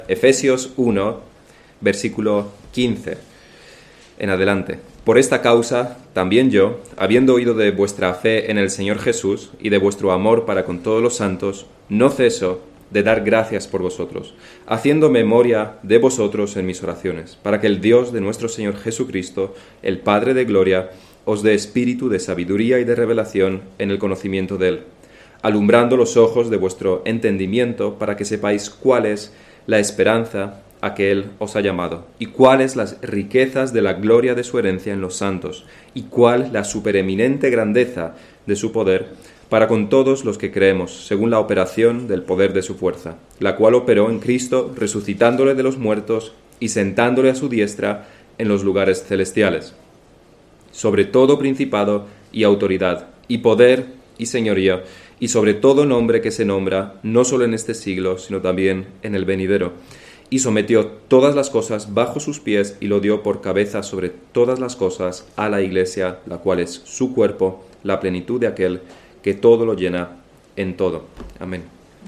Efesios 1, versículo 15 en adelante. Por esta causa, también yo, habiendo oído de vuestra fe en el Señor Jesús y de vuestro amor para con todos los santos, no ceso de dar gracias por vosotros, haciendo memoria de vosotros en mis oraciones, para que el Dios de nuestro Señor Jesucristo, el Padre de gloria, os dé espíritu de sabiduría y de revelación en el conocimiento de Él, alumbrando los ojos de vuestro entendimiento, para que sepáis cuál es la esperanza a que Él os ha llamado, y cuáles las riquezas de la gloria de su herencia en los santos, y cuál la supereminente grandeza de su poder para con todos los que creemos, según la operación del poder de su fuerza, la cual operó en Cristo, resucitándole de los muertos y sentándole a su diestra en los lugares celestiales, sobre todo principado y autoridad, y poder y señoría, y sobre todo nombre que se nombra, no solo en este siglo, sino también en el venidero, y sometió todas las cosas bajo sus pies y lo dio por cabeza sobre todas las cosas a la Iglesia, la cual es su cuerpo, la plenitud de aquel que todo lo llena en todo. Amén.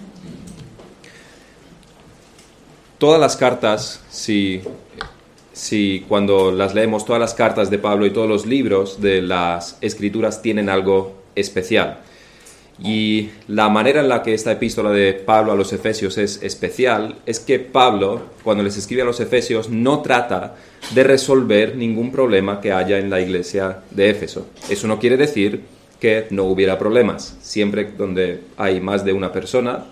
Todas las cartas, si cuando las leemos, todas las cartas de Pablo y todos los libros de las Escrituras tienen algo especial. Y la manera en la que esta epístola de Pablo a los Efesios es especial es que Pablo, cuando les escribe a los Efesios, no trata de resolver ningún problema que haya en la iglesia de Éfeso. Eso no quiere decir que no hubiera problemas. Siempre donde hay más de una persona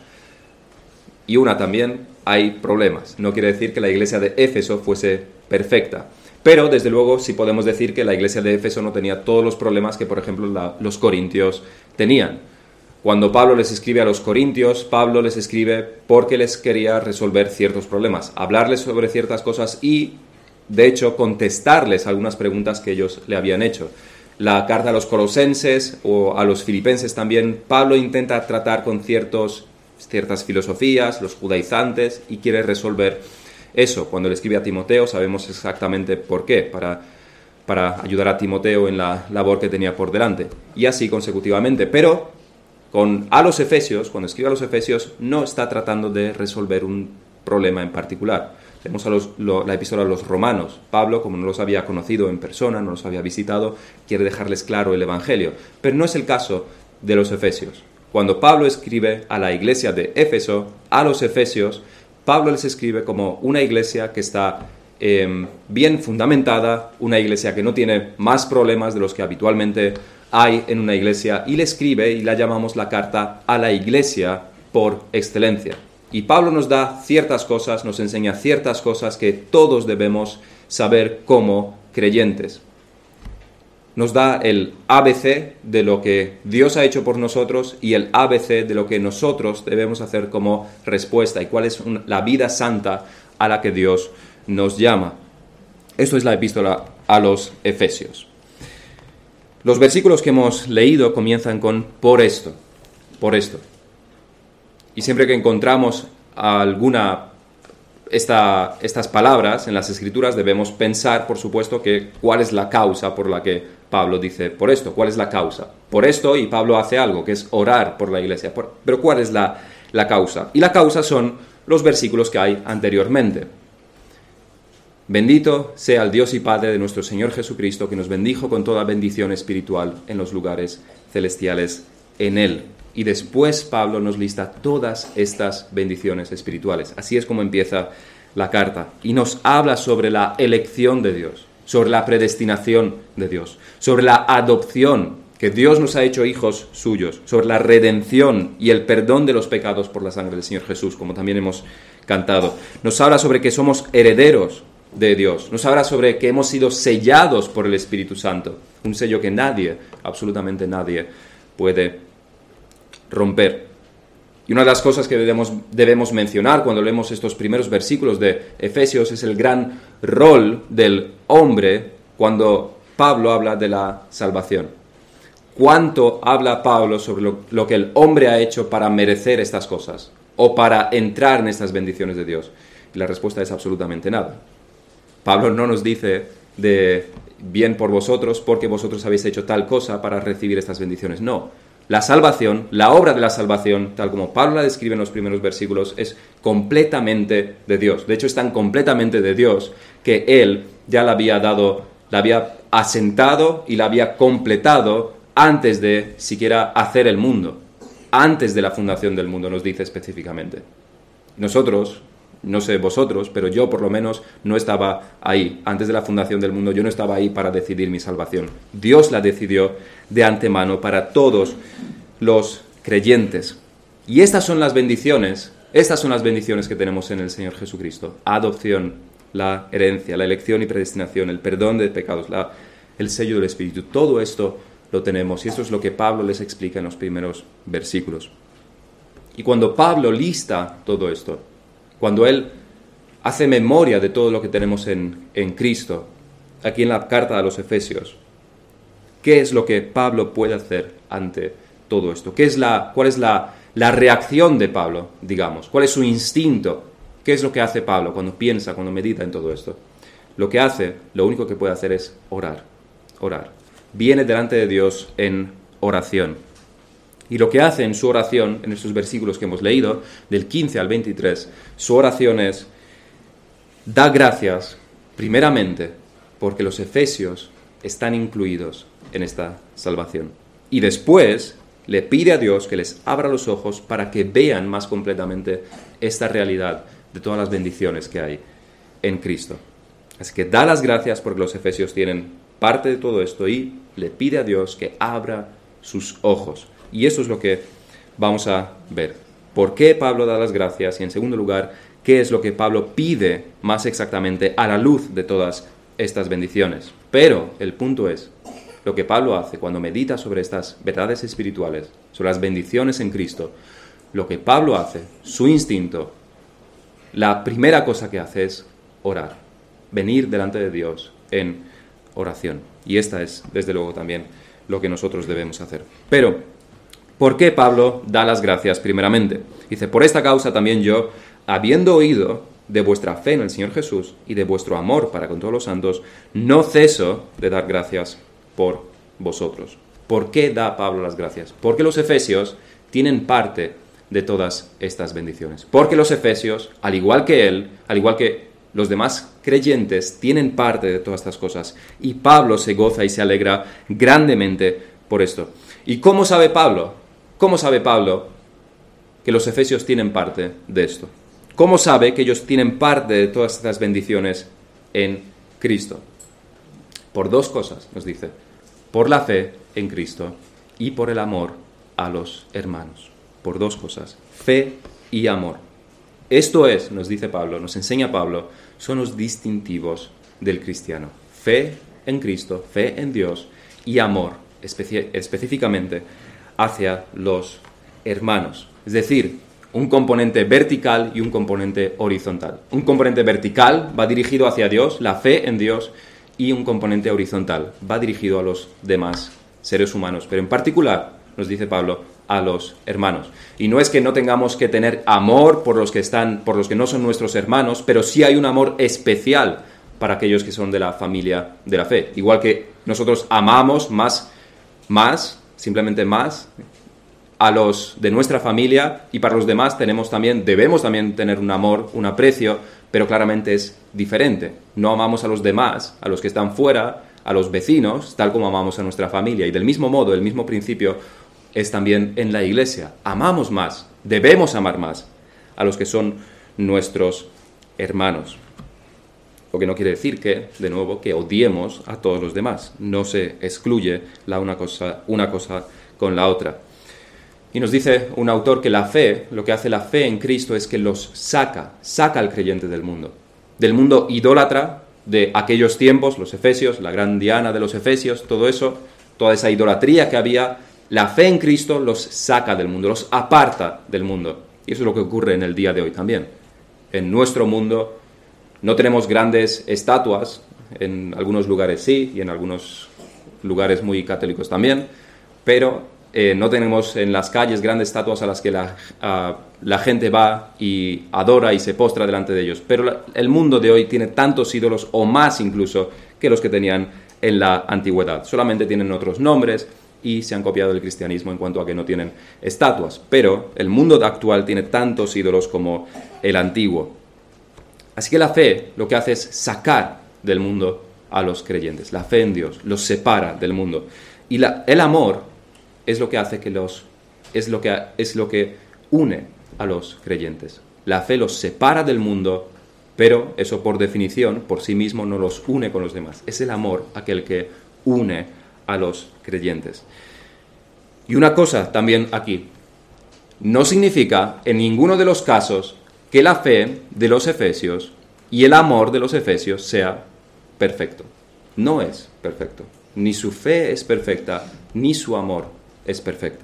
y una también hay problemas. No quiere decir que la iglesia de Éfeso fuese perfecta. Pero, desde luego, sí podemos decir que la iglesia de Éfeso no tenía todos los problemas que, por ejemplo, los corintios tenían. Cuando Pablo les escribe a los corintios, Pablo les escribe porque les quería resolver ciertos problemas, hablarles sobre ciertas cosas y, de hecho, contestarles algunas preguntas que ellos le habían hecho. La carta a los colosenses o a los filipenses también, Pablo intenta tratar con ciertas filosofías, los judaizantes, y quiere resolver eso. Cuando le escribe a Timoteo sabemos exactamente por qué, para ayudar a Timoteo en la labor que tenía por delante, y así consecutivamente. Pero a los Efesios, cuando escribe a los Efesios, no está tratando de resolver un problema en particular. Tenemos la epístola a los Romanos. Pablo, como no los había conocido en persona, no los había visitado, quiere dejarles claro el Evangelio. Pero no es el caso de los Efesios. Cuando Pablo escribe a la iglesia de Éfeso, a los Efesios, Pablo les escribe como una iglesia que está bien fundamentada, una iglesia que no tiene más problemas de los que habitualmente hay en una iglesia, y le escribe y la llamamos la carta a la iglesia por excelencia. Y Pablo nos da ciertas cosas, nos enseña ciertas cosas que todos debemos saber como creyentes. Nos da el ABC de lo que Dios ha hecho por nosotros y el ABC de lo que nosotros debemos hacer como respuesta y cuál es la vida santa a la que Dios nos llama. Esto es la epístola a los Efesios. Los versículos que hemos leído comienzan con por esto. Y siempre que encontramos estas palabras en las Escrituras debemos pensar, por supuesto, que cuál es la causa por la que Pablo dice por esto. ¿Cuál es la causa? Por esto, y Pablo hace algo, que es orar por la iglesia. Pero ¿cuál es la causa? Y la causa son los versículos que hay anteriormente. Bendito sea el Dios y Padre de nuestro Señor Jesucristo, que nos bendijo con toda bendición espiritual en los lugares celestiales en Él. Y después Pablo nos lista todas estas bendiciones espirituales. Así es como empieza la carta. Y nos habla sobre la elección de Dios, sobre la predestinación de Dios, sobre la adopción, que Dios nos ha hecho hijos suyos, sobre la redención y el perdón de los pecados por la sangre del Señor Jesús, como también hemos cantado. Nos habla sobre que somos herederos de Dios. Nos habla sobre que hemos sido sellados por el Espíritu Santo, un sello que nadie, absolutamente nadie, puede romper. Y una de las cosas que debemos mencionar cuando leemos estos primeros versículos de Efesios es el gran rol del hombre cuando Pablo habla de la salvación. ¿Cuánto habla Pablo sobre lo que el hombre ha hecho para merecer estas cosas o para entrar en estas bendiciones de Dios? Y la respuesta es absolutamente nada. Pablo no nos dice de bien por vosotros porque vosotros habéis hecho tal cosa para recibir estas bendiciones. No. La salvación, la obra de la salvación, tal como Pablo la describe en los primeros versículos, es completamente de Dios. De hecho, es tan completamente de Dios que Él ya la había asentado y la había completado antes de siquiera hacer el mundo. Antes de la fundación del mundo, nos dice específicamente. Nosotros, no sé vosotros, pero yo por lo menos no estaba ahí. Antes de la fundación del mundo yo no estaba ahí para decidir mi salvación. Dios la decidió de antemano para todos los creyentes. Y estas son las bendiciones que tenemos en el Señor Jesucristo. Adopción, la herencia, la elección y predestinación, el perdón de pecados, el sello del Espíritu. Todo esto lo tenemos y esto es lo que Pablo les explica en los primeros versículos. Y cuando Pablo lista todo esto, cuando él hace memoria de todo lo que tenemos en Cristo, aquí en la carta a los Efesios, ¿qué es lo que Pablo puede hacer ante todo esto? ¿Cuál es la reacción de Pablo, digamos? ¿Cuál es su instinto? ¿Qué es lo que hace Pablo cuando piensa, cuando medita en todo esto? Lo único que puede hacer es orar. Viene delante de Dios en oración. Y lo que hace en su oración, en estos versículos que hemos leído, del 15 al 23, su oración es, da gracias, primeramente, porque los efesios están incluidos en esta salvación. Y después le pide a Dios que les abra los ojos para que vean más completamente esta realidad de todas las bendiciones que hay en Cristo. Así que da las gracias porque los efesios tienen parte de todo esto y le pide a Dios que abra sus ojos. Y eso es lo que vamos a ver. ¿Por qué Pablo da las gracias? Y en segundo lugar, ¿qué es lo que Pablo pide más exactamente a la luz de todas estas bendiciones? Pero el punto es, lo que Pablo hace cuando medita sobre estas verdades espirituales, sobre las bendiciones en Cristo, lo que Pablo hace, su instinto, la primera cosa que hace es orar, venir delante de Dios en oración. Y esta es, desde luego, también lo que nosotros debemos hacer. Pero, ¿por qué Pablo da las gracias primeramente? Dice, por esta causa también yo, habiendo oído de vuestra fe en el Señor Jesús y de vuestro amor para con todos los santos, no ceso de dar gracias por vosotros. ¿Por qué da Pablo las gracias? Porque los efesios tienen parte de todas estas bendiciones. Porque los efesios, al igual que él, al igual que los demás creyentes, tienen parte de todas estas cosas. Y Pablo se goza y se alegra grandemente por esto. ¿Y cómo sabe Pablo? ¿Cómo sabe Pablo que los efesios tienen parte de esto? ¿Cómo sabe que ellos tienen parte de todas estas bendiciones en Cristo? Por dos cosas, nos dice. Por la fe en Cristo y por el amor a los hermanos. Por dos cosas. Fe y amor. Esto es, nos dice Pablo, nos enseña Pablo, son los distintivos del cristiano. Fe en Cristo, fe en Dios y amor, específicamente hacia los hermanos. Es decir, un componente vertical y un componente horizontal. Un componente vertical va dirigido hacia Dios, la fe en Dios, y un componente horizontal va dirigido a los demás seres humanos, pero en particular, nos dice Pablo, a los hermanos. Y no es que no tengamos que tener amor por los que no son nuestros hermanos, pero sí hay un amor especial para aquellos que son de la familia de la fe. Igual que nosotros amamos simplemente más, a los de nuestra familia, y para los demás debemos también tener un amor, un aprecio, pero claramente es diferente. No amamos a los demás, a los que están fuera, a los vecinos, tal como amamos a nuestra familia. Y del mismo modo, el mismo principio es también en la iglesia. Amamos más, debemos amar más a los que son nuestros hermanos. Lo que no quiere decir que, de nuevo, que odiemos a todos los demás. No se excluye una cosa con la otra. Y nos dice un autor que la fe, lo que hace la fe en Cristo es que los saca al creyente del mundo idólatra de aquellos tiempos, los efesios, la gran Diana de los efesios, todo eso, toda esa idolatría que había. La fe en Cristo los saca del mundo, los aparta del mundo. Y eso es lo que ocurre en el día de hoy también. En nuestro mundo no tenemos grandes estatuas, en algunos lugares sí, y en algunos lugares muy católicos también, pero no tenemos en las calles grandes estatuas a las que la gente va y adora y se postra delante de ellos. Pero el mundo de hoy tiene tantos ídolos, o más incluso, que los que tenían en la antigüedad. Solamente tienen otros nombres, y se han copiado del cristianismo en cuanto a que no tienen estatuas. Pero el mundo actual tiene tantos ídolos como el antiguo. Así que la fe lo que hace es sacar del mundo a los creyentes. La fe en Dios los separa del mundo. Y el amor es lo que hace es lo que une a los creyentes. La fe los separa del mundo, pero eso por definición, por sí mismo, no los une con los demás. Es el amor aquel que une a los creyentes. Y una cosa también aquí, no significa en ninguno de los casos que la fe de los efesios y el amor de los efesios sea perfecto. No es perfecto. Ni su fe es perfecta, ni su amor es perfecto.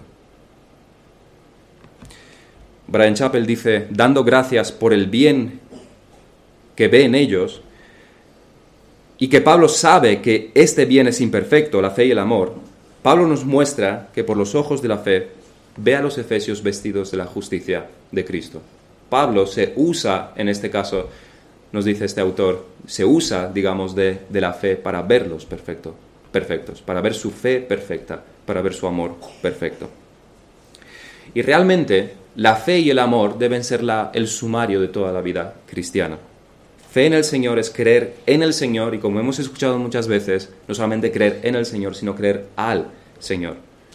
Bryan Chapell dice, dando gracias por el bien que ve en ellos, y que Pablo sabe que este bien es imperfecto, la fe y el amor, Pablo nos muestra que por los ojos de la fe ve a los efesios vestidos de la justicia de Cristo. Pablo se usa, en este caso, nos dice este autor, se usa, digamos, de la fe para verlos perfectos, para ver su fe perfecta, para ver su amor perfecto. Y realmente, la fe y el amor deben ser el sumario de toda la vida cristiana. Fe en el Señor es creer en el Señor, y como hemos escuchado muchas veces, no solamente creer en el Señor, sino creer al Señor.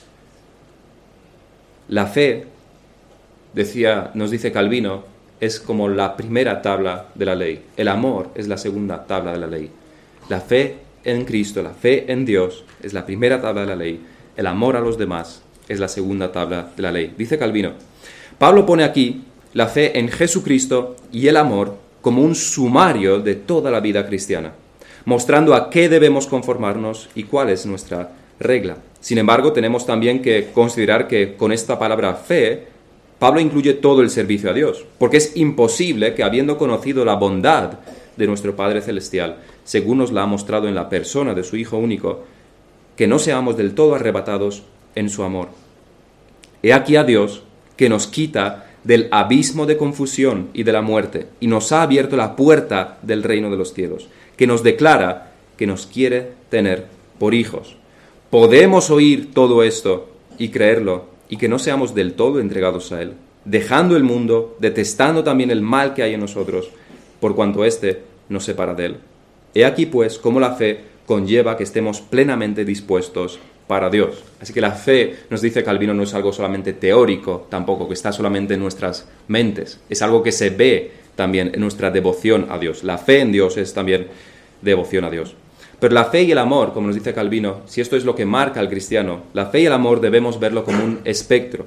La fe, nos dice Calvino, es como la primera tabla de la ley. El amor es la segunda tabla de la ley. La fe en Cristo, la fe en Dios, es la primera tabla de la ley. El amor a los demás es la segunda tabla de la ley. Dice Calvino, Pablo pone aquí la fe en Jesucristo y el amor como un sumario de toda la vida cristiana, mostrando a qué debemos conformarnos y cuál es nuestra regla. Sin embargo, tenemos también que considerar que con esta palabra fe, Pablo incluye todo el servicio a Dios, porque es imposible que, habiendo conocido la bondad de nuestro Padre Celestial, según nos la ha mostrado en la persona de su Hijo único, que no seamos del todo arrebatados en su amor. He aquí a Dios que nos quita del abismo de confusión y de la muerte, y nos ha abierto la puerta del reino de los cielos, que nos declara que nos quiere tener por hijos. Podemos oír todo esto y creerlo, y que no seamos del todo entregados a Él, dejando el mundo, detestando también el mal que hay en nosotros, por cuanto éste nos separa de Él. He aquí, pues, cómo la fe conlleva que estemos plenamente dispuestos para Dios. Así que la fe, nos dice Calvino, no es algo solamente teórico, tampoco, que está solamente en nuestras mentes. Es algo que se ve también en nuestra devoción a Dios. La fe en Dios es también devoción a Dios. Pero la fe y el amor, como nos dice Calvino, si esto es lo que marca al cristiano, la fe y el amor debemos verlo como un espectro.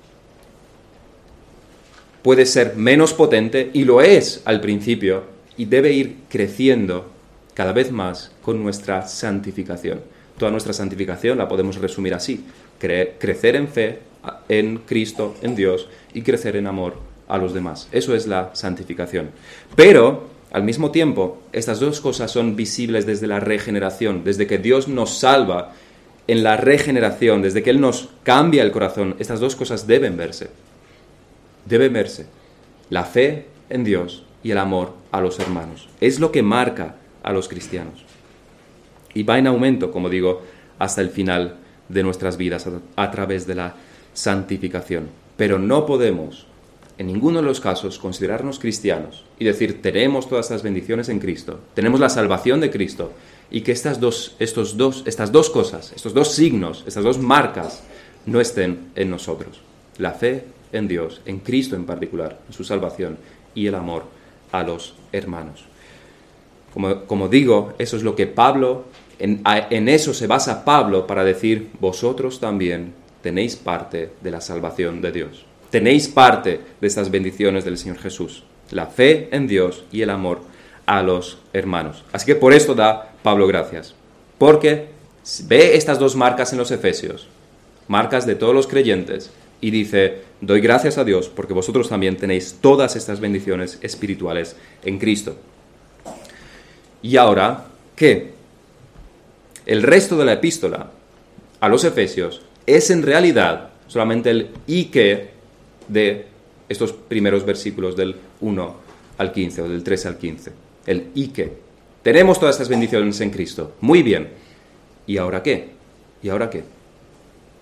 Puede ser menos potente, y lo es al principio, y debe ir creciendo cada vez más con nuestra santificación. Toda nuestra santificación la podemos resumir así: crecer en fe, en Cristo, en Dios, y crecer en amor a los demás. Eso es la santificación. Pero, al mismo tiempo, estas dos cosas son visibles desde la regeneración, desde que Dios nos salva en la regeneración, desde que Él nos cambia el corazón. Estas dos cosas deben verse. Deben verse. La fe en Dios y el amor a los hermanos. Es lo que marca a los cristianos. Y va en aumento, como digo, hasta el final de nuestras vidas a través de la santificación. Pero no podemos, en ninguno de los casos, considerarnos cristianos y decir, tenemos todas estas bendiciones en Cristo, tenemos la salvación de Cristo, y que estas dos cosas, estos dos signos, estas dos marcas, no estén en nosotros. La fe en Dios, en Cristo en particular, en su salvación, y el amor a los hermanos. Como digo, eso es lo que Pablo, en eso se basa Pablo para decir, vosotros también tenéis parte de la salvación de Dios. Tenéis parte de estas bendiciones del Señor Jesús. La fe en Dios y el amor a los hermanos. Así que por esto da Pablo gracias. Porque ve estas dos marcas en los Efesios, marcas de todos los creyentes, y dice, doy gracias a Dios porque vosotros también tenéis todas estas bendiciones espirituales en Cristo. Y ahora, ¿qué? El resto de la epístola a los Efesios es en realidad solamente el y qué de estos primeros versículos del 1 al 15 o del 13 al 15. El y qué. Tenemos todas estas bendiciones en Cristo. Muy bien. ¿Y ahora qué? ¿Y ahora qué?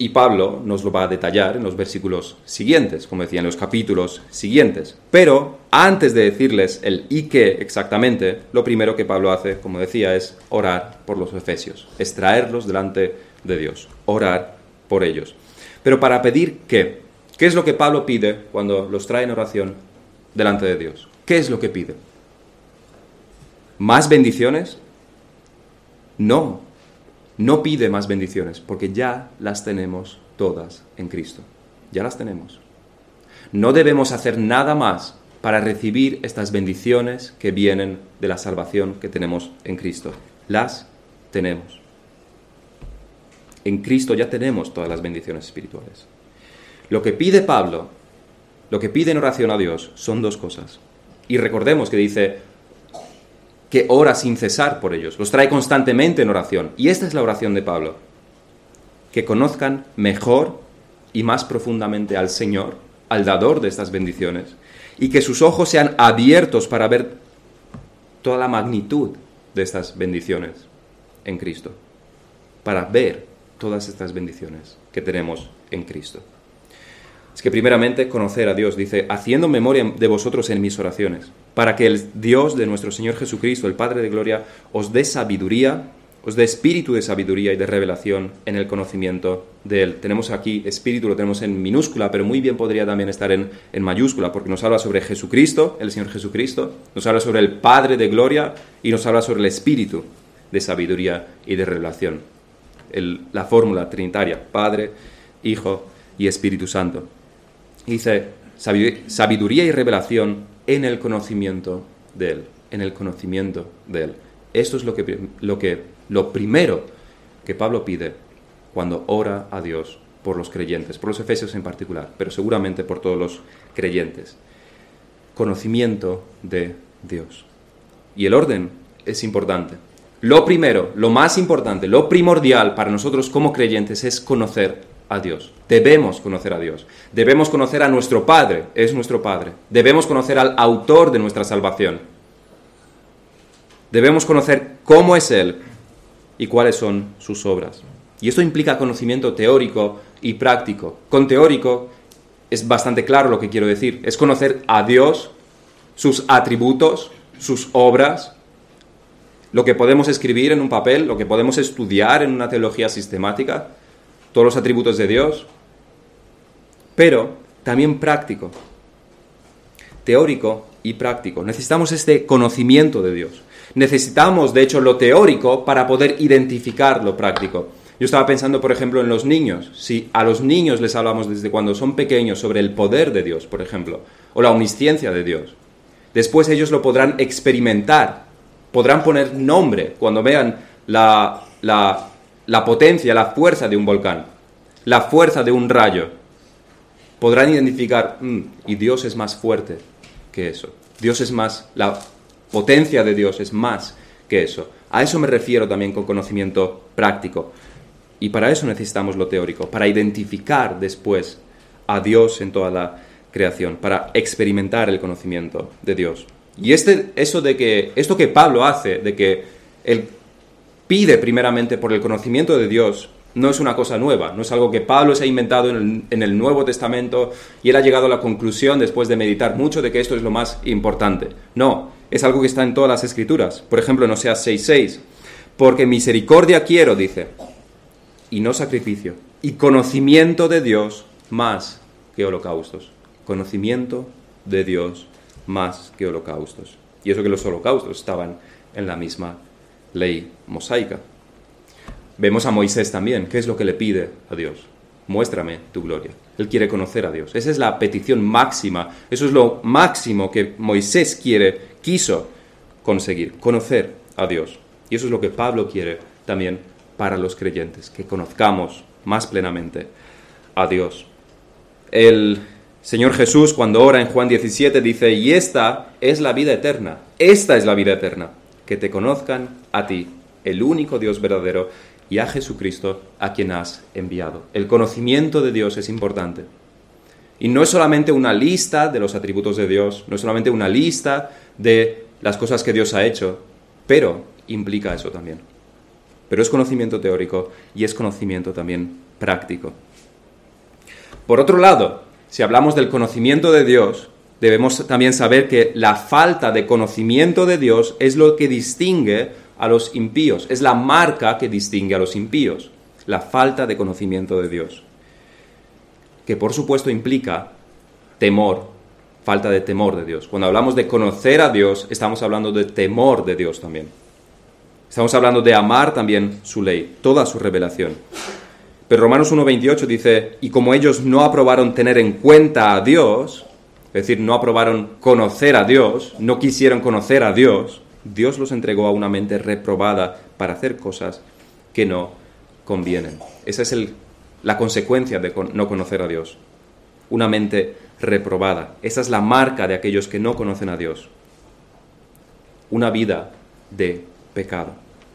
Y Pablo nos lo va a detallar en los versículos siguientes, como decía, en los capítulos siguientes. Pero antes de decirles el y qué exactamente, lo primero que Pablo hace, como decía, es orar por los efesios, es traerlos delante de Dios, orar por ellos. Pero para pedir ¿qué? ¿Qué es lo que Pablo pide cuando los trae en oración delante de Dios? ¿Qué es lo que pide? ¿Más bendiciones? No pide más bendiciones, porque ya las tenemos todas en Cristo. Ya las tenemos. No debemos hacer nada más para recibir estas bendiciones que vienen de la salvación que tenemos en Cristo. Las tenemos. En Cristo ya tenemos todas las bendiciones espirituales. Lo que pide Pablo, lo que pide en oración a Dios, son dos cosas. Y recordemos que dice que ora sin cesar por ellos, los trae constantemente en oración. Y esta es la oración de Pablo. Que conozcan mejor y más profundamente al Señor, al dador de estas bendiciones, y que sus ojos sean abiertos para ver toda la magnitud de estas bendiciones en Cristo. Para ver todas estas bendiciones que tenemos en Cristo. Es que primeramente conocer a Dios, dice, haciendo memoria de vosotros en mis oraciones, para que el Dios de nuestro Señor Jesucristo, el Padre de Gloria, os dé sabiduría, os dé espíritu de sabiduría y de revelación en el conocimiento de Él. Tenemos aquí espíritu, lo tenemos en minúscula, pero muy bien podría también estar en mayúscula, porque nos habla sobre Jesucristo, el Señor Jesucristo, nos habla sobre el Padre de Gloria y nos habla sobre el espíritu de sabiduría y de revelación. La fórmula trinitaria, Padre, Hijo y Espíritu Santo. Dice, sabiduría y revelación en el conocimiento de Él, en el conocimiento de Él. Esto es lo primero que Pablo pide cuando ora a Dios por los creyentes, por los efesios en particular, pero seguramente por todos los creyentes. Conocimiento de Dios. Y el orden es importante. Lo primero, lo más importante, lo primordial para nosotros como creyentes es conocer a Dios. Debemos conocer a Dios. Debemos conocer a nuestro Padre, es nuestro Padre. Debemos conocer al autor de nuestra salvación. Debemos conocer cómo es Él y cuáles son sus obras. Y esto implica conocimiento teórico y práctico. Con teórico es bastante claro lo que quiero decir. Es conocer a Dios, sus atributos, sus obras, lo que podemos escribir en un papel, lo que podemos estudiar en una teología sistemática, todos los atributos de Dios, pero también práctico, teórico y práctico. Necesitamos este conocimiento de Dios. Necesitamos, de hecho, lo teórico para poder identificar lo práctico. Yo estaba pensando, por ejemplo, en los niños. Si a los niños les hablamos desde cuando son pequeños sobre el poder de Dios, por ejemplo, o la omnisciencia de Dios, después ellos lo podrán experimentar, podrán poner nombre cuando vean la potencia, la fuerza de un volcán, la fuerza de un rayo. Podrán identificar, y Dios es más fuerte que eso. Dios es más, la potencia de Dios es más que eso. A eso me refiero también con conocimiento práctico. Y para eso necesitamos lo teórico, para identificar después a Dios en toda la creación, para experimentar el conocimiento de Dios. Y esto que Pablo hace, de que él pide primeramente por el conocimiento de Dios, no es una cosa nueva, no es algo que Pablo se ha inventado en el Nuevo Testamento y él ha llegado a la conclusión después de meditar mucho de que esto es lo más importante. No, es algo que está en todas las Escrituras. Por ejemplo, en Oseas 6:6, porque misericordia quiero, dice, y no sacrificio, y conocimiento de Dios más que holocaustos. Conocimiento de Dios más que holocaustos. Y eso que los holocaustos estaban en la misma ley mosaica. Vemos a Moisés también. ¿Qué es lo que le pide a Dios? Muéstrame tu gloria. Él quiere conocer a Dios. Esa es la petición máxima. Eso es lo máximo que Moisés quiso conseguir. Conocer a Dios. Y eso es lo que Pablo quiere también para los creyentes. Que conozcamos más plenamente a Dios. El Señor Jesús, cuando ora en Juan 17, dice, y esta es la vida eterna. Esta es la vida eterna. Que te conozcan a ti, el único Dios verdadero, y a Jesucristo, a quien has enviado. El conocimiento de Dios es importante. Y no es solamente una lista de los atributos de Dios, no es solamente una lista de las cosas que Dios ha hecho, pero implica eso también. Pero es conocimiento teórico y es conocimiento también práctico. Por otro lado, si hablamos del conocimiento de Dios, debemos también saber que la falta de conocimiento de Dios es lo que distingue a los impíos, es la marca que distingue a los impíos, la falta de conocimiento de Dios, que por supuesto implica temor, falta de temor de Dios. Cuando hablamos de conocer a Dios, estamos hablando de temor de Dios también. Estamos hablando de amar también su ley, toda su revelación. Pero Romanos 1:28 dice, y como ellos no aprobaron tener en cuenta a Dios, es decir, no aprobaron conocer a Dios, no quisieron conocer a Dios, Dios los entregó a una mente reprobada para hacer cosas que no convienen. Esa es la consecuencia de no conocer a Dios. Una mente reprobada. Esa es la marca de aquellos que no conocen a Dios. Una vida de pecado.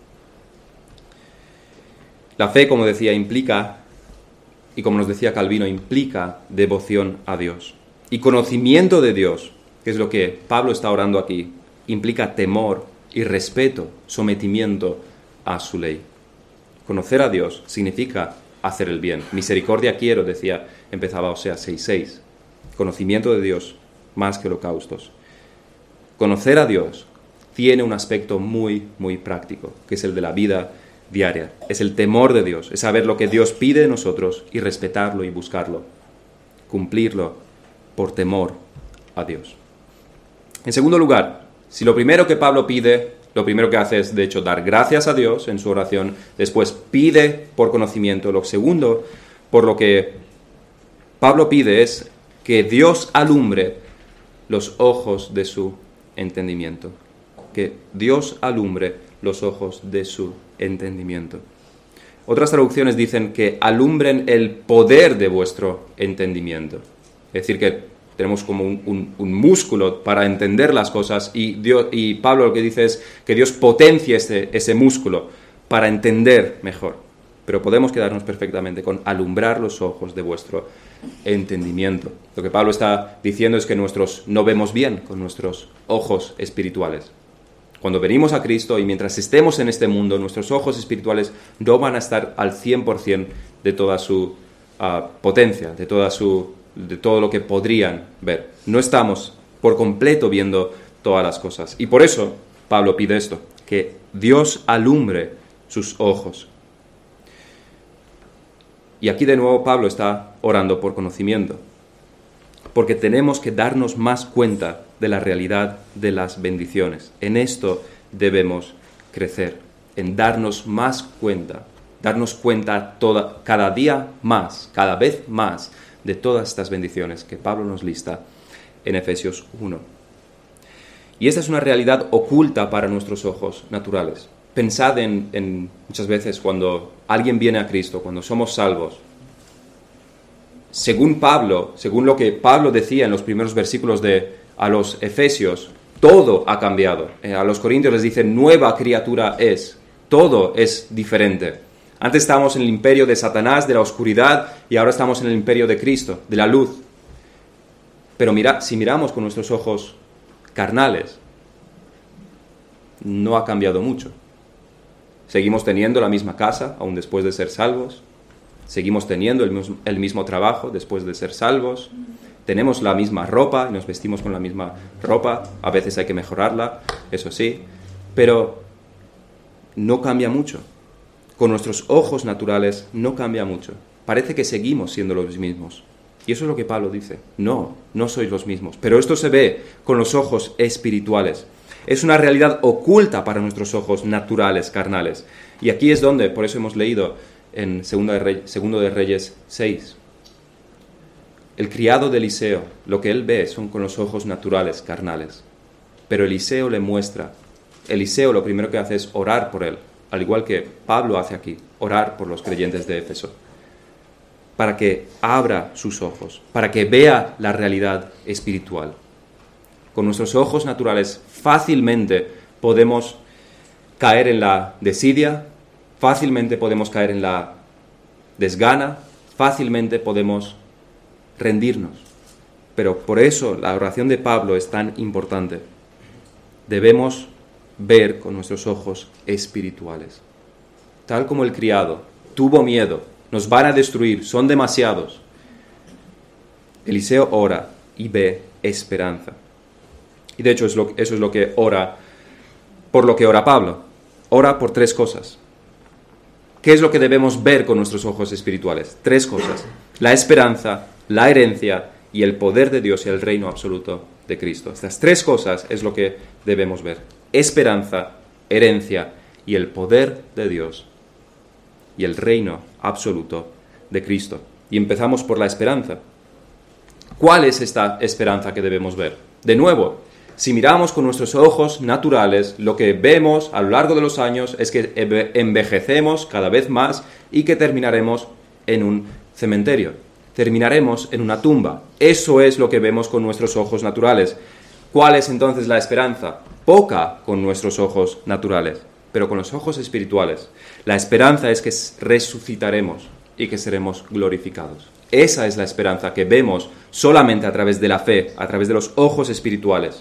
La fe, como decía, implica, y como nos decía Calvino, implica devoción a Dios. Y conocimiento de Dios, que es lo que Pablo está orando aquí, implica temor y respeto, sometimiento a su ley. Conocer a Dios significa hacer el bien. Misericordia quiero, decía, empezaba Oseas 6:6. Conocimiento de Dios más que holocaustos. Conocer a Dios tiene un aspecto muy, muy práctico, que es el de la vida diaria. Es el temor de Dios, es saber lo que Dios pide de nosotros y respetarlo y buscarlo, cumplirlo por temor a Dios. En segundo lugar, si lo primero que Pablo pide, lo primero que hace es, de hecho, dar gracias a Dios en su oración, después pide por conocimiento. Lo segundo, por lo que Pablo pide es que Dios alumbre los ojos de su entendimiento. Que Dios alumbre los ojos de su entendimiento. Otras traducciones dicen que alumbren el poder de vuestro entendimiento. Es decir, que tenemos como un músculo para entender las cosas y Pablo lo que dice es que Dios potencie ese músculo para entender mejor. Pero podemos quedarnos perfectamente con alumbrar los ojos de vuestro entendimiento. Lo que Pablo está diciendo es que no vemos bien con nuestros ojos espirituales. Cuando venimos a Cristo y mientras estemos en este mundo, nuestros ojos espirituales no van a estar al 100% de toda su potencia, de todo lo que podrían ver. No estamos por completo viendo todas las cosas. Y por eso Pablo pide esto, que Dios alumbre sus ojos. Y aquí de nuevo Pablo está orando por conocimiento, porque tenemos que darnos más cuenta de la realidad de las bendiciones. En esto debemos crecer, en darnos más cuenta, cada día más, cada vez más, de todas estas bendiciones que Pablo nos lista en Efesios 1. Y esta es una realidad oculta para nuestros ojos naturales. Pensad en muchas veces cuando alguien viene a Cristo, cuando somos salvos. Según Pablo, según lo que Pablo decía en los primeros versículos a los Efesios, todo ha cambiado. A los Corintios les dice, nueva criatura es. Todo es diferente. Antes estábamos en el imperio de Satanás, de la oscuridad, y ahora estamos en el imperio de Cristo, de la luz. Pero si miramos con nuestros ojos carnales, no ha cambiado mucho. Seguimos teniendo la misma casa, aún después de ser salvos. Seguimos teniendo el mismo trabajo después de ser salvos. Tenemos la misma ropa y nos vestimos con la misma ropa. A veces hay que mejorarla, eso sí. Pero no cambia mucho. Con nuestros ojos naturales no cambia mucho. Parece que seguimos siendo los mismos. Y eso es lo que Pablo dice. No sois los mismos. Pero esto se ve con los ojos espirituales. Es una realidad oculta para nuestros ojos naturales, carnales. Y aquí es donde, por eso hemos leído en Segundo de Reyes 6. El criado de Eliseo, lo que él ve son con los ojos naturales, carnales. Pero Eliseo le muestra. Eliseo lo primero que hace es orar por él, al igual que Pablo hace aquí, orar por los creyentes de Éfeso, para que abra sus ojos, para que vea la realidad espiritual. Con nuestros ojos naturales fácilmente podemos caer en la desidia, fácilmente podemos caer en la desgana, fácilmente podemos rendirnos. Pero por eso la oración de Pablo es tan importante. Debemos ver con nuestros ojos espirituales. Tal como el criado tuvo miedo, nos van a destruir, son demasiados. Eliseo ora y ve esperanza. Y de hecho eso es lo que ora, por lo que ora Pablo. Ora por 3 cosas. ¿Qué es lo que debemos ver con nuestros ojos espirituales? 3 cosas. La esperanza, la herencia y el poder de Dios y el reino absoluto de Cristo. Estas 3 cosas es lo que debemos ver. Esperanza, herencia y el poder de Dios y el reino absoluto de Cristo. Y empezamos por la esperanza. ¿Cuál es esta esperanza que debemos ver? De nuevo, si miramos con nuestros ojos naturales, lo que vemos a lo largo de los años es que envejecemos cada vez más y que terminaremos en un cementerio. Terminaremos en una tumba. Eso es lo que vemos con nuestros ojos naturales. ¿Cuál es entonces la esperanza? Poca con nuestros ojos naturales, pero con los ojos espirituales. La esperanza es que resucitaremos y que seremos glorificados. Esa es la esperanza que vemos solamente a través de la fe, a través de los ojos espirituales.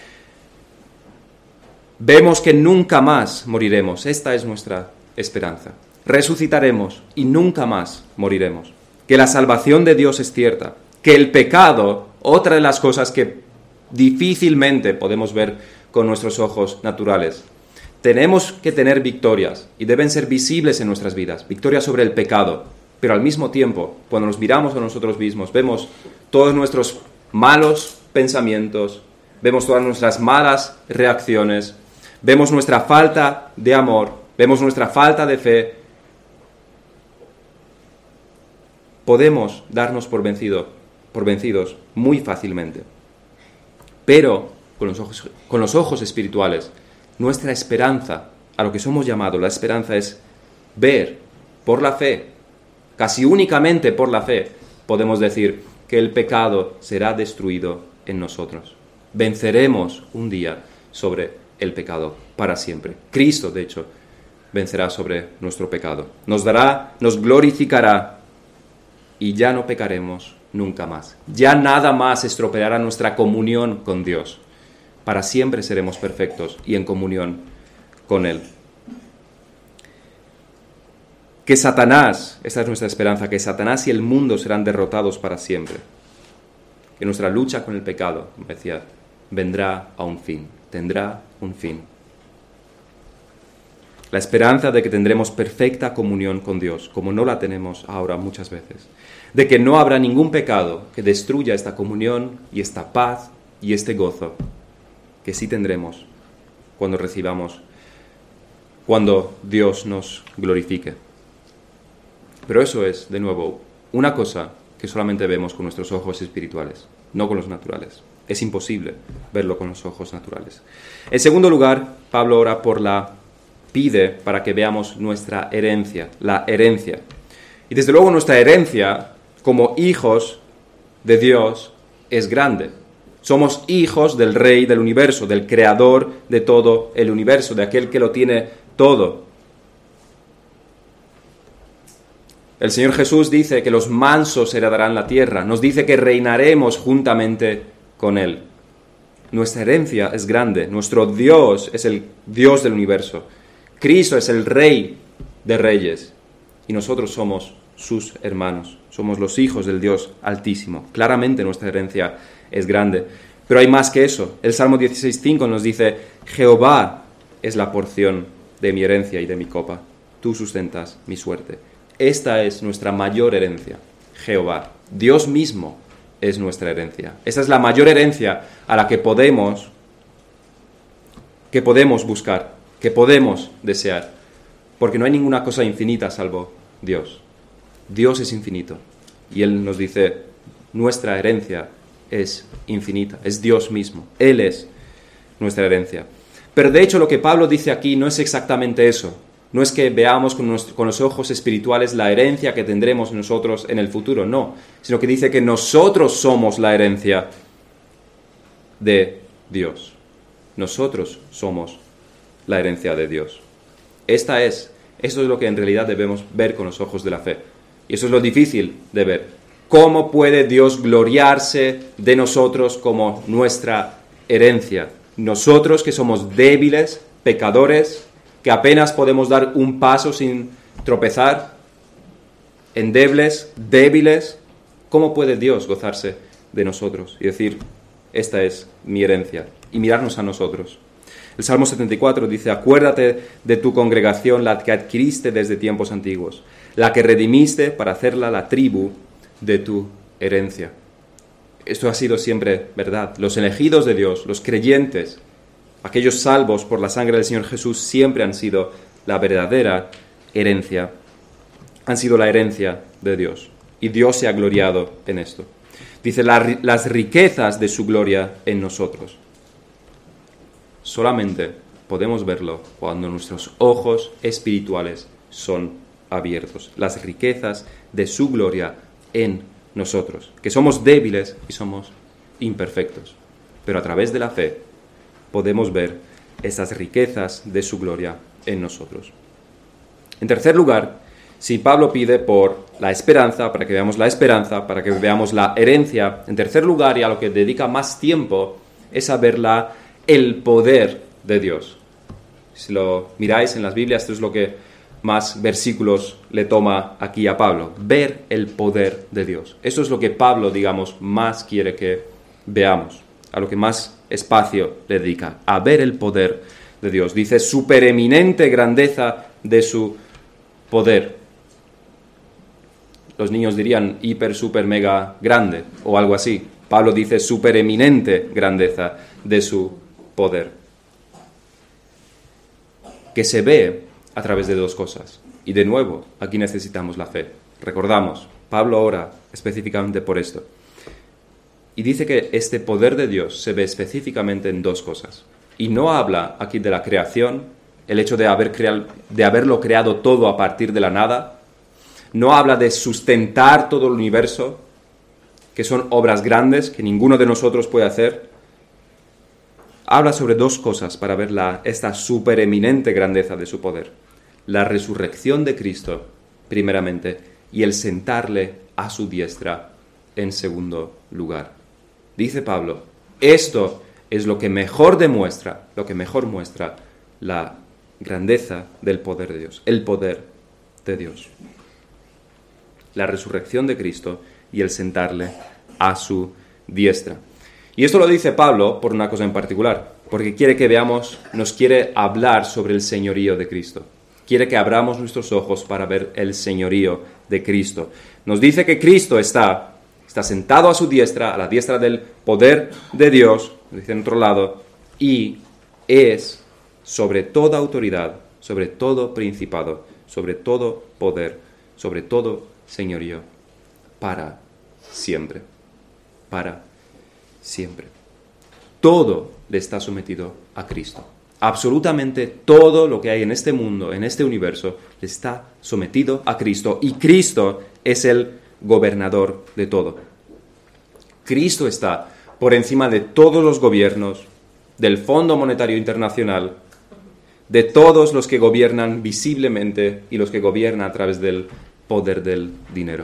Vemos que nunca más moriremos. Esta es nuestra esperanza. Resucitaremos y nunca más moriremos. Que la salvación de Dios es cierta. Que el pecado, otra de las cosas que difícilmente podemos ver con nuestros ojos naturales. Tenemos que tener victorias y deben ser visibles en nuestras vidas. Victorias sobre el pecado. Pero al mismo tiempo, cuando nos miramos a nosotros mismos, vemos todos nuestros malos pensamientos, vemos todas nuestras malas reacciones, vemos nuestra falta de amor, vemos nuestra falta de fe. Podemos darnos por vencidos muy fácilmente. Pero con los ojos espirituales, nuestra esperanza, a lo que somos llamados, la esperanza es ver por la fe, casi únicamente por la fe, podemos decir que el pecado será destruido en nosotros. Venceremos un día sobre el pecado para siempre. Cristo, de hecho, vencerá sobre nuestro pecado. Nos glorificará y ya no pecaremos nunca más. Ya nada más estropeará nuestra comunión con Dios. Para siempre seremos perfectos y en comunión con Él. Que Satanás, esta es nuestra esperanza, que Satanás y el mundo serán derrotados para siempre. Que nuestra lucha con el pecado, decía, vendrá a un fin, tendrá un fin. La esperanza de que tendremos perfecta comunión con Dios, como no la tenemos ahora muchas veces. De que no habrá ningún pecado que destruya esta comunión y esta paz y este gozo que sí tendremos cuando Dios nos glorifique. Pero eso es, de nuevo, una cosa que solamente vemos con nuestros ojos espirituales, no con los naturales. Es imposible verlo con los ojos naturales. En segundo lugar, Pablo pide para que veamos nuestra herencia, la herencia. Y desde luego nuestra herencia, como hijos de Dios, es grande. Somos hijos del Rey del universo, del Creador de todo el universo, de aquel que lo tiene todo. El Señor Jesús dice que los mansos heredarán la tierra. Nos dice que reinaremos juntamente con Él. Nuestra herencia es grande. Nuestro Dios es el Dios del universo. Cristo es el Rey de reyes. Y nosotros somos sus hermanos. Somos los hijos del Dios Altísimo. Claramente nuestra herencia es grande. Pero hay más que eso. El Salmo 16:5 nos dice: Jehová es la porción de mi herencia y de mi copa. Tú sustentas mi suerte. Esta es nuestra mayor herencia, Jehová. Dios mismo es nuestra herencia. Esta es la mayor herencia a la que podemos buscar, que podemos desear, porque no hay ninguna cosa infinita salvo Dios. Dios es infinito y Él nos dice, nuestra herencia es infinita, es Dios mismo. Él es nuestra herencia. Pero de hecho lo que Pablo dice aquí no es exactamente eso. No es que veamos con los ojos espirituales la herencia que tendremos nosotros en el futuro, no. Sino que dice que nosotros somos la herencia de Dios. Nosotros somos la herencia de Dios. Eso es lo que en realidad debemos ver con los ojos de la fe. Y eso es lo difícil de ver. ¿Cómo puede Dios gloriarse de nosotros como nuestra herencia? Nosotros que somos débiles, pecadores, que apenas podemos dar un paso sin tropezar, endebles, débiles, ¿cómo puede Dios gozarse de nosotros y decir, esta es mi herencia, y mirarnos a nosotros. El Salmo 74 dice, acuérdate de tu congregación, la que adquiriste desde tiempos antiguos, la que redimiste para hacerla la tribu de tu herencia. Esto ha sido siempre verdad. Los elegidos de Dios, los creyentes, aquellos salvos por la sangre del Señor Jesús, siempre han sido la verdadera herencia. Han sido la herencia de Dios. Y Dios se ha gloriado en esto. Dice, las riquezas de su gloria en nosotros. Solamente podemos verlo cuando nuestros ojos espirituales son abiertos. Las riquezas de su gloria en nosotros. Que somos débiles y somos imperfectos. Pero a través de la fe podemos ver esas riquezas de su gloria en nosotros. En tercer lugar, si Pablo pide por la esperanza, para que veamos la esperanza, para que veamos la herencia, en tercer lugar, y a lo que dedica más tiempo, es a ver el poder de Dios. Si lo miráis en las Biblias, esto es lo que más versículos le toma aquí a Pablo. Ver el poder de Dios. Eso es lo que Pablo, digamos, más quiere que veamos. A lo que más espacio le dedica. A ver el poder de Dios. Dice, supereminente grandeza de su poder. Los niños dirían hiper, super, mega grande o algo así. Pablo dice supereminente grandeza de su poder. Que se ve a través de dos cosas. Y de nuevo, aquí necesitamos la fe. Recordamos, Pablo ora específicamente por esto. Y dice que este poder de Dios se ve específicamente en dos cosas. Y no habla aquí de la creación, el hecho de haberlo creado todo a partir de la nada. No habla de sustentar todo el universo, que son obras grandes que ninguno de nosotros puede hacer. Habla sobre dos cosas para ver esta supereminente grandeza de su poder. La resurrección de Cristo, primeramente, y el sentarle a su diestra en segundo lugar. Dice Pablo, esto es lo que mejor muestra la grandeza del poder de Dios, el poder de Dios. La resurrección de Cristo y el sentarle a su diestra. Y esto lo dice Pablo por una cosa en particular, porque quiere que veamos, nos quiere hablar sobre el señorío de Cristo. Quiere que abramos nuestros ojos para ver el señorío de Cristo. Nos dice que Cristo está sentado a su diestra, a la diestra del poder de Dios, dice en otro lado, y es sobre toda autoridad, sobre todo principado, sobre todo poder, sobre todo señorío, para siempre. Para siempre. Todo le está sometido a Cristo. Absolutamente todo lo que hay en este mundo, en este universo, le está sometido a Cristo. Y Cristo es el gobernador de todo. Cristo está por encima de todos los gobiernos, del Fondo Monetario Internacional, de todos los que gobiernan visiblemente y los que gobiernan a través del poder del dinero.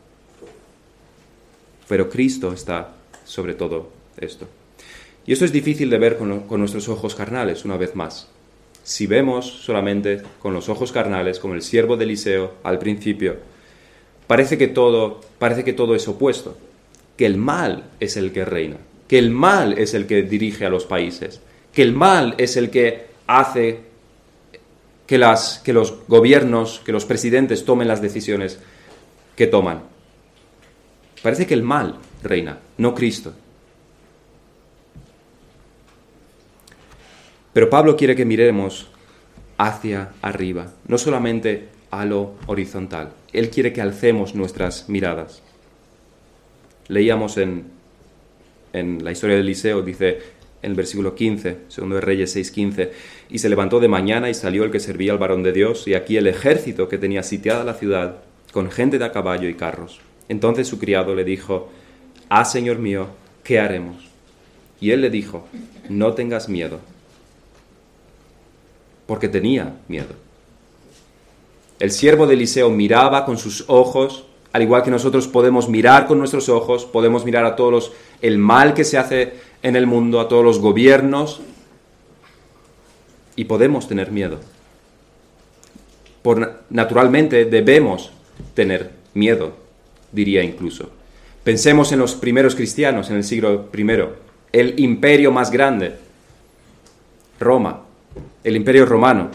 Pero Cristo está sobre todo esto. Y esto es difícil de ver con nuestros ojos carnales, una vez más. Si vemos solamente con los ojos carnales, como el siervo de Eliseo al principio, parece que todo es opuesto, que el mal es el que reina, que el mal es el que dirige a los países, que el mal es el que hace que los gobiernos, que los presidentes tomen las decisiones que toman. Parece que el mal reina, no Cristo. Pero Pablo quiere que miremos hacia arriba, no solamente a lo horizontal. Él quiere que alcemos nuestras miradas. Leíamos en la historia de Eliseo, dice en el versículo 15, 2 de Reyes 6:15, y se levantó de mañana y salió el que servía al varón de Dios, y aquí el ejército que tenía sitiada la ciudad, con gente de a caballo y carros. Entonces su criado le dijo, señor mío, ¿qué haremos? Y él le dijo, no tengas miedo. Porque tenía miedo. El siervo de Eliseo miraba con sus ojos, al igual que nosotros podemos mirar con nuestros ojos, podemos mirar a todos el mal que se hace en el mundo, a todos los gobiernos, y podemos tener miedo. Naturalmente debemos tener miedo, diría incluso. Pensemos en los primeros cristianos en el siglo I, el imperio más grande, Roma, el imperio romano.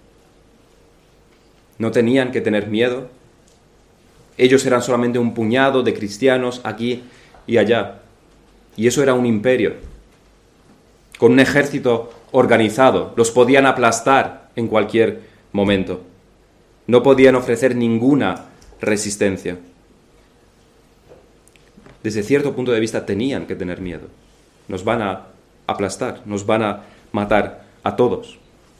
¿No tenían que tener miedo? Ellos eran solamente un puñado de cristianos aquí y allá. Y eso era un imperio, con un ejército organizado. Los podían aplastar en cualquier momento. No podían ofrecer ninguna resistencia. Desde cierto punto de vista tenían que tener miedo. Nos van a aplastar, nos van a matar a todos.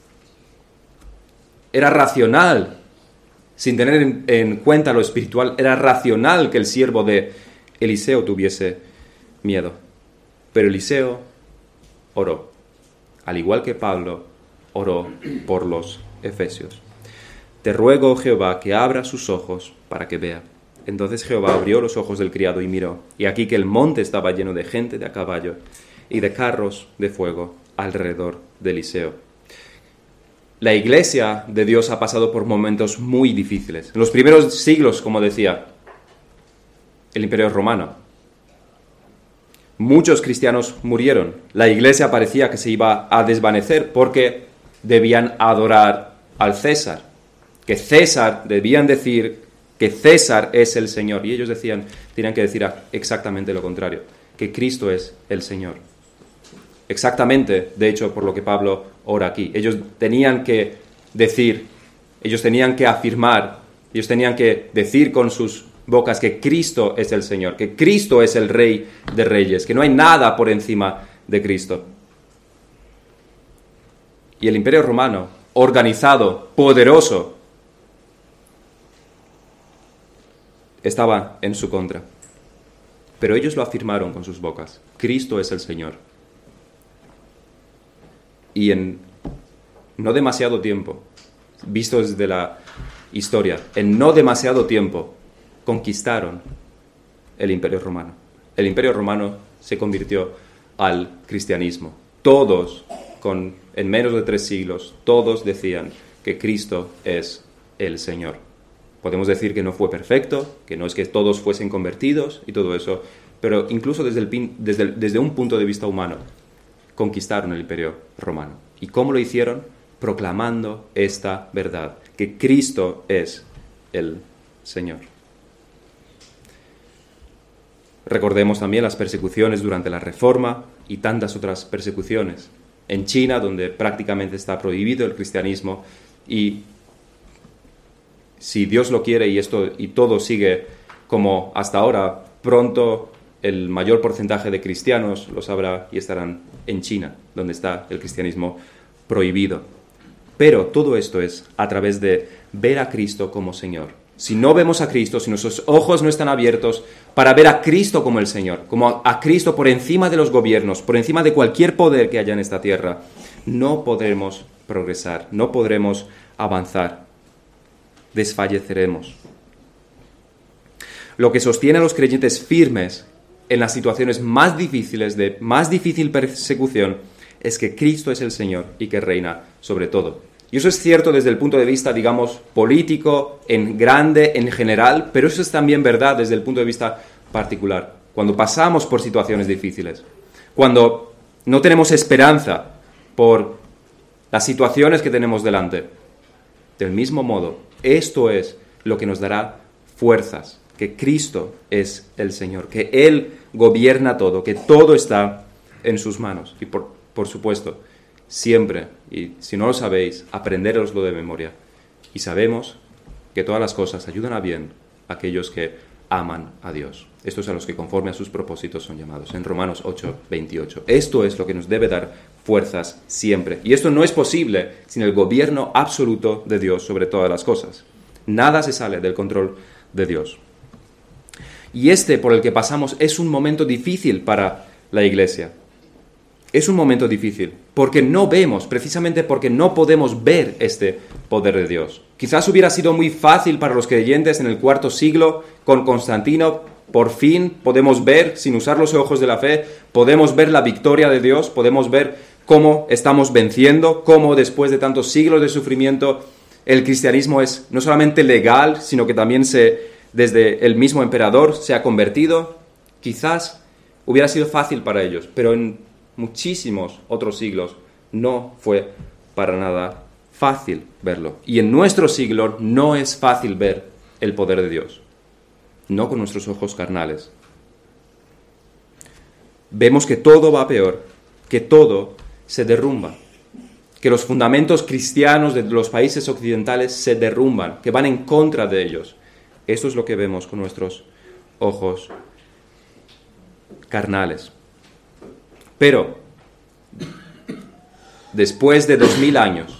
Era racional, sin tener en cuenta lo espiritual, era racional que el siervo de Eliseo tuviese miedo. Pero Eliseo oró, al igual que Pablo oró por los efesios. Te ruego, oh Jehová, que abra sus ojos para que vea. Entonces Jehová abrió los ojos del criado y miró, y aquí que el monte estaba lleno de gente de a caballo y de carros de fuego alrededor de Eliseo. La iglesia de Dios ha pasado por momentos muy difíciles. En los primeros siglos, como decía, el Imperio Romano. Muchos cristianos murieron. La iglesia parecía que se iba a desvanecer porque debían adorar al César. Que César, debían decir que César es el Señor. Y ellos tenían que decir exactamente lo contrario, que Cristo es el Señor. Exactamente, de hecho, por lo que Pablo ora aquí. Ellos tenían que decir, ellos tenían que afirmar, ellos tenían que decir con sus bocas que Cristo es el Señor, que Cristo es el Rey de Reyes, que no hay nada por encima de Cristo. Y el Imperio Romano, organizado, poderoso, estaba en su contra. Pero ellos lo afirmaron con sus bocas. Cristo es el Señor. Y en no demasiado tiempo, visto desde la historia, en no demasiado tiempo, conquistaron el Imperio Romano. El Imperio Romano se convirtió al cristianismo. Todos, en menos de 3 siglos, todos decían que Cristo es el Señor. Podemos decir que no fue perfecto, que no es que todos fuesen convertidos y todo eso, pero incluso desde un punto de vista humano, conquistaron el Imperio Romano. ¿Y cómo lo hicieron? Proclamando esta verdad, que Cristo es el Señor. Recordemos también las persecuciones durante la Reforma y tantas otras persecuciones. En China, donde prácticamente está prohibido el cristianismo, y si Dios lo quiere y todo sigue como hasta ahora, pronto el mayor porcentaje de cristianos lo sabrá y estarán en China, donde está el cristianismo prohibido. Pero todo esto es a través de ver a Cristo como Señor. Si no vemos a Cristo, si nuestros ojos no están abiertos para ver a Cristo como el Señor, como a Cristo por encima de los gobiernos, por encima de cualquier poder que haya en esta tierra, no podremos progresar, no podremos avanzar, desfalleceremos. Lo que sostiene a los creyentes firmes en las situaciones más difíciles, de más difícil persecución, es que Cristo es el Señor y que reina sobre todo. Y eso es cierto desde el punto de vista, digamos, político, en grande, en general, pero eso es también verdad desde el punto de vista particular. Cuando pasamos por situaciones difíciles, cuando no tenemos esperanza por las situaciones que tenemos delante, del mismo modo, esto es lo que nos dará fuerzas, que Cristo es el Señor, que Él gobierna todo, que todo está en sus manos. Y por supuesto, siempre, y si no lo sabéis, aprendéroslo de memoria. Y sabemos que todas las cosas ayudan a bien a aquellos que aman a Dios. Estos a los que conforme a sus propósitos son llamados. En Romanos 8, 28. Esto es lo que nos debe dar fuerzas siempre. Y esto no es posible sin el gobierno absoluto de Dios sobre todas las cosas. Nada se sale del control de Dios. Y por el que pasamos es un momento difícil para la iglesia. Es un momento difícil, porque no vemos, precisamente porque no podemos ver este poder de Dios. Quizás hubiera sido muy fácil para los creyentes en el IV siglo, con Constantino, por fin podemos ver, sin usar los ojos de la fe, podemos ver la victoria de Dios, podemos ver cómo estamos venciendo, cómo después de tantos siglos de sufrimiento, el cristianismo es no solamente legal, sino que también desde el mismo emperador se ha convertido, Quizás hubiera sido fácil para ellos, pero en muchísimos otros siglos no fue para nada fácil verlo. Y en nuestro siglo no es fácil ver el poder de Dios, no con nuestros ojos carnales. Vemos que todo va peor, que todo se derrumba, que los fundamentos cristianos de los países occidentales se derrumban, que van en contra de ellos. Eso es lo que vemos con nuestros ojos carnales. Pero después de 2000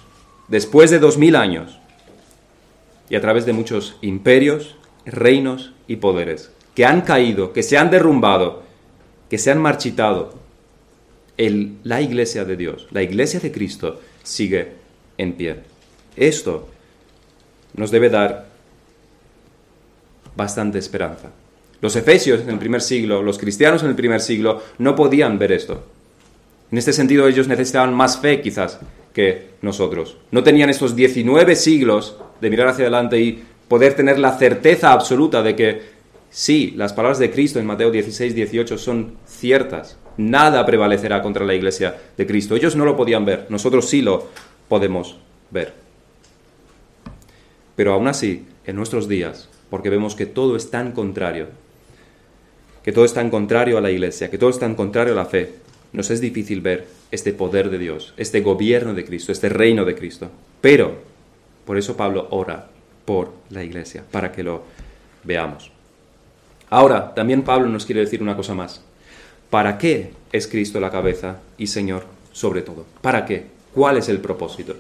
años, y a través de muchos imperios, reinos y poderes que han caído, que se han derrumbado, que se han marchitado, la iglesia de Dios, la iglesia de Cristo, sigue en pie. Esto nos debe dar bastante esperanza. Los efesios en el primer siglo, los cristianos en el primer siglo, no podían ver esto. En este sentido, ellos necesitaban más fe, quizás, que nosotros. No tenían estos 19 siglos de mirar hacia adelante y poder tener la certeza absoluta de que, sí, las palabras de Cristo en Mateo 16, 18 son ciertas. Nada prevalecerá contra la iglesia de Cristo. Ellos no lo podían ver, nosotros sí lo podemos ver. Pero aún así, en nuestros días, porque vemos que todo es tan contrario, que todo es tan contrario a la iglesia, que todo es tan contrario a la fe, nos es difícil ver este poder de Dios, este gobierno de Cristo, este reino de Cristo. Pero, por eso Pablo ora por la iglesia, para que lo veamos. Ahora, también Pablo nos quiere decir una cosa más. ¿Para qué es Cristo la cabeza y Señor sobre todo? ¿Para qué? ¿Cuál es el propósito?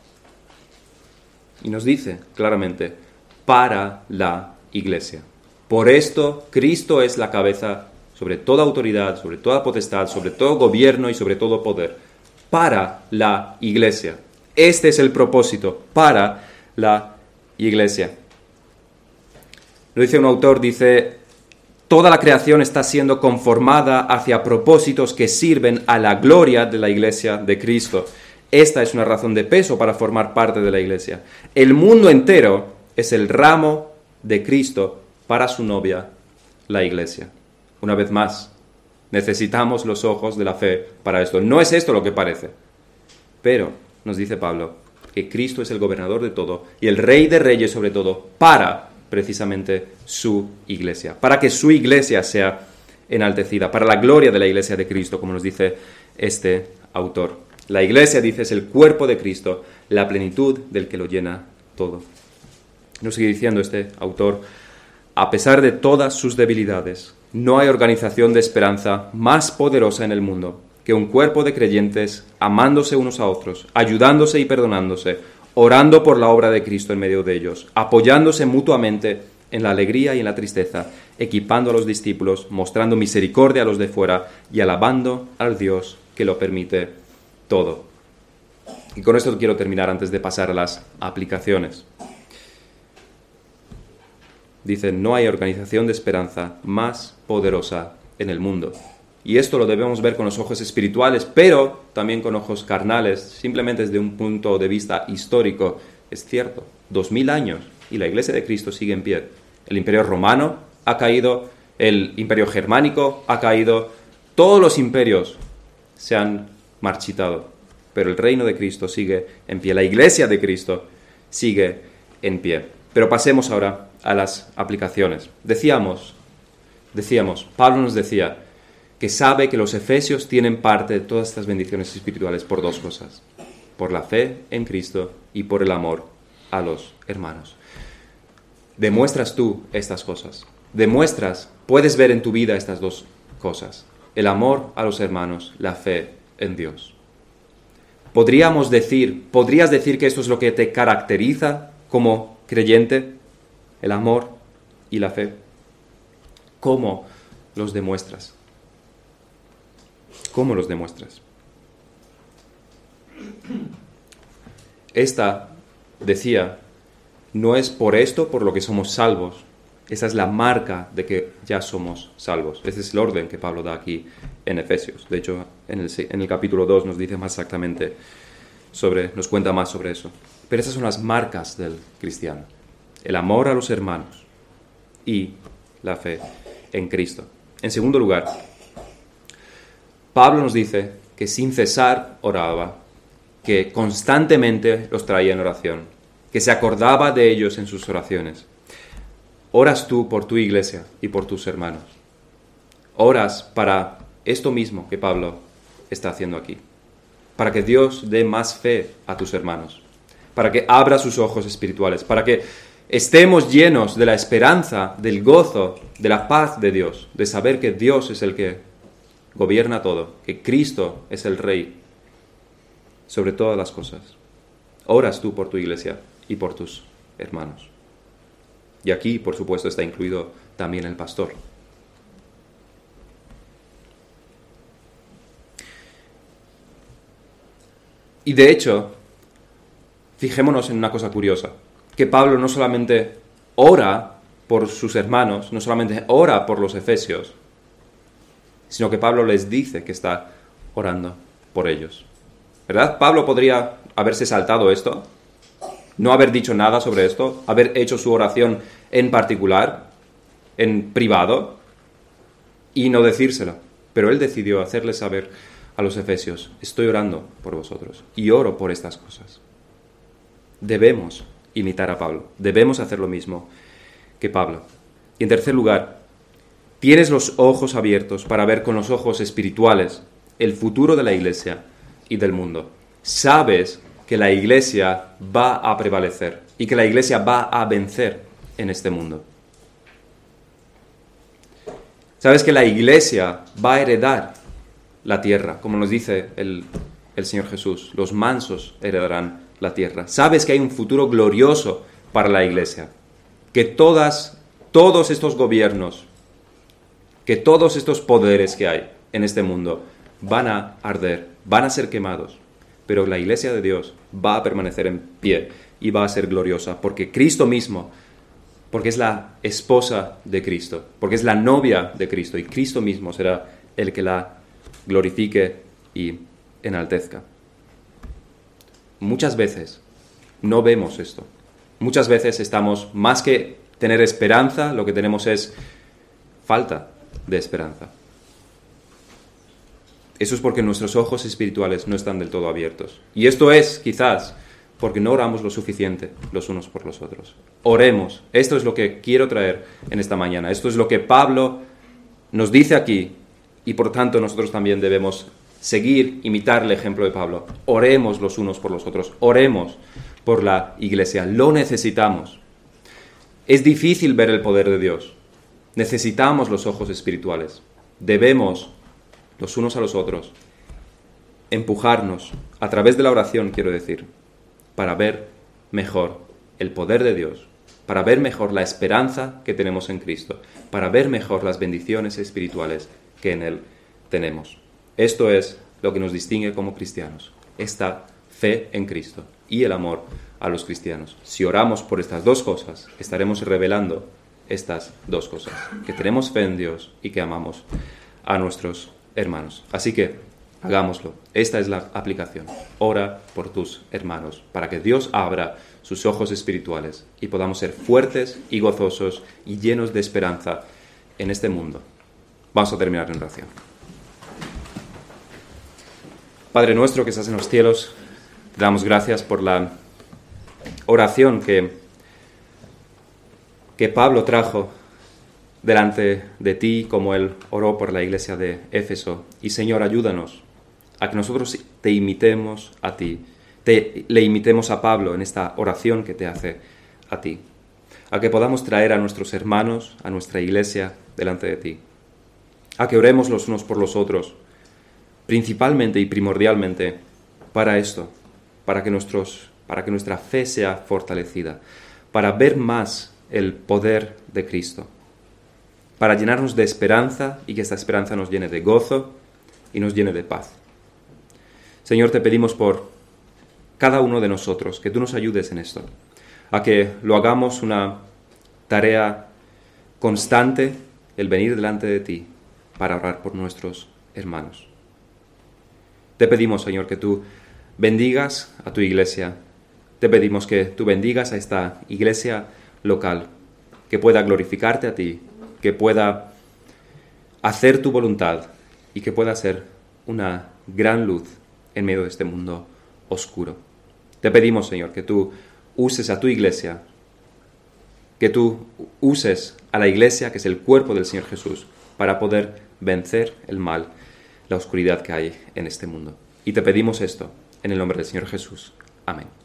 Y nos dice claramente, para la iglesia. Por esto, Cristo es la cabeza sobre toda autoridad, sobre toda potestad, sobre todo gobierno y sobre todo poder. Para la iglesia. Este es el propósito, para la iglesia. Lo dice un autor, dice, toda la creación está siendo conformada hacia propósitos que sirven a la gloria de la iglesia de Cristo. Esta es una razón de peso para formar parte de la iglesia. El mundo entero es el ramo de Cristo para su novia, la iglesia. Una vez más, necesitamos los ojos de la fe para esto. No es esto lo que parece. Pero, nos dice Pablo, que Cristo es el gobernador de todo y el Rey de Reyes sobre todo para precisamente su iglesia, para que su iglesia sea enaltecida, para la gloria de la iglesia de Cristo, como nos dice este autor. La iglesia, dice, es el cuerpo de Cristo, la plenitud del que lo llena todo. Nos sigue diciendo este autor, a pesar de todas sus debilidades, no hay organización de esperanza más poderosa en el mundo que un cuerpo de creyentes amándose unos a otros, ayudándose y perdonándose, orando por la obra de Cristo en medio de ellos, apoyándose mutuamente en la alegría y en la tristeza, equipando a los discípulos, mostrando misericordia a los de fuera y alabando al Dios que lo permite todo. Y con esto quiero terminar antes de pasar a las aplicaciones. Dice, no hay organización de esperanza más poderosa en el mundo. Y esto lo debemos ver con los ojos espirituales, pero también con ojos carnales, simplemente desde un punto de vista histórico. Es cierto, 2000 años y la Iglesia de Cristo sigue en pie. El Imperio Romano ha caído, el Imperio Germánico ha caído, todos los imperios se han marchitado, pero el reino de Cristo sigue en pie, la Iglesia de Cristo sigue en pie. Pero pasemos ahora a las aplicaciones. Decíamos, Pablo nos decía que sabe que los efesios tienen parte de todas estas bendiciones espirituales por dos cosas, por la fe en Cristo y por el amor a los hermanos. ¿Demuestras tú estas cosas? ¿Puedes ver en tu vida estas dos cosas? El amor a los hermanos, la fe en Dios. ¿Podrías decir que esto es lo que te caracteriza como creyente? El amor y la fe. ¿Cómo los demuestras? ¿Cómo los demuestras? Esta, decía, no es por esto por lo que somos salvos. Esa es la marca de que ya somos salvos. Ese es el orden que Pablo da aquí en Efesios. De hecho, en el capítulo 2 nos dice más exactamente nos cuenta más sobre eso. Pero esas son las marcas del cristiano. El amor a los hermanos y la fe en Cristo. En segundo lugar, Pablo nos dice que sin cesar oraba, que constantemente los traía en oración, que se acordaba de ellos en sus oraciones. Oras tú por tu iglesia y por tus hermanos. Oras para esto mismo que Pablo está haciendo aquí, para que Dios dé más fe a tus hermanos, para que abra sus ojos espirituales, para que estemos llenos de la esperanza, del gozo, de la paz de Dios, de saber que Dios es el que gobierna todo, que Cristo es el Rey sobre todas las cosas. Oras tú por tu iglesia y por tus hermanos. Y aquí, por supuesto, está incluido también el pastor. Y de hecho, fijémonos en una cosa curiosa, que Pablo no solamente ora por sus hermanos, no solamente ora por los efesios, sino que Pablo les dice que está orando por ellos. ¿Verdad? Pablo podría haberse saltado esto, no haber dicho nada sobre esto, haber hecho su oración en particular, en privado, y no decírselo. Pero él decidió hacerles saber a los efesios: estoy orando por vosotros y oro por estas cosas. Debemos imitar a Pablo, debemos hacer lo mismo que Pablo. Y en tercer lugar, tienes los ojos abiertos para ver con los ojos espirituales el futuro de la iglesia y del mundo. Sabes que la iglesia va a prevalecer y que la iglesia va a vencer en este mundo. Sabes que la iglesia va a heredar la tierra, como nos dice el Señor Jesús. Los mansos heredarán la tierra. Sabes que hay un futuro glorioso para la iglesia, que todos estos gobiernos, que todos estos poderes que hay en este mundo van a arder, van a ser quemados, pero la iglesia de Dios va a permanecer en pie y va a ser gloriosa, porque Cristo mismo, porque es la esposa de Cristo, porque es la novia de Cristo, y Cristo mismo será el que la glorifique y enaltezca. Muchas veces no vemos esto. Muchas veces estamos, más que tener esperanza, lo que tenemos es falta de esperanza. Eso es porque nuestros ojos espirituales no están del todo abiertos. Y esto es, quizás, porque no oramos lo suficiente los unos por los otros. Oremos. Esto es lo que quiero traer en esta mañana. Esto es lo que Pablo nos dice aquí, y por tanto nosotros también debemos seguir, imitar el ejemplo de Pablo. Oremos los unos por los otros. Oremos por la iglesia. Lo necesitamos. Es difícil ver el poder de Dios. Necesitamos los ojos espirituales. Debemos, los unos a los otros, empujarnos, a través de la oración, quiero decir, para ver mejor el poder de Dios, para ver mejor la esperanza que tenemos en Cristo, para ver mejor las bendiciones espirituales que en Él tenemos. Esto es lo que nos distingue como cristianos, esta fe en Cristo y el amor a los cristianos. Si oramos por estas dos cosas, estaremos revelando estas dos cosas, que tenemos fe en Dios y que amamos a nuestros hermanos. Así que hagámoslo. Esta es la aplicación. Ora por tus hermanos, para que Dios abra sus ojos espirituales y podamos ser fuertes y gozosos y llenos de esperanza en este mundo. Vamos a terminar en oración. Padre nuestro que estás en los cielos, te damos gracias por la oración que Pablo trajo delante de ti, como él oró por la iglesia de Éfeso. Y Señor, ayúdanos a que nosotros te imitemos a ti, le imitemos a Pablo en esta oración que te hace a ti, a que podamos traer a nuestros hermanos, a nuestra iglesia delante de ti, a que oremos los unos por los otros, principalmente y primordialmente para esto, para que nuestra fe sea fortalecida, para ver más el poder de Cristo, para llenarnos de esperanza y que esta esperanza nos llene de gozo y nos llene de paz. Señor, te pedimos por cada uno de nosotros que tú nos ayudes en esto, a que lo hagamos una tarea constante, el venir delante de ti para orar por nuestros hermanos. Te pedimos, Señor, que tú bendigas a tu iglesia. Te pedimos que tú bendigas a esta iglesia local, que pueda glorificarte a ti, que pueda hacer tu voluntad y que pueda ser una gran luz en medio de este mundo oscuro. Te pedimos, Señor, que tú uses a tu iglesia, que tú uses a la iglesia, que es el cuerpo del Señor Jesús, para poder vencer el mal, la oscuridad que hay en este mundo. Y te pedimos esto en el nombre del Señor Jesús. Amén.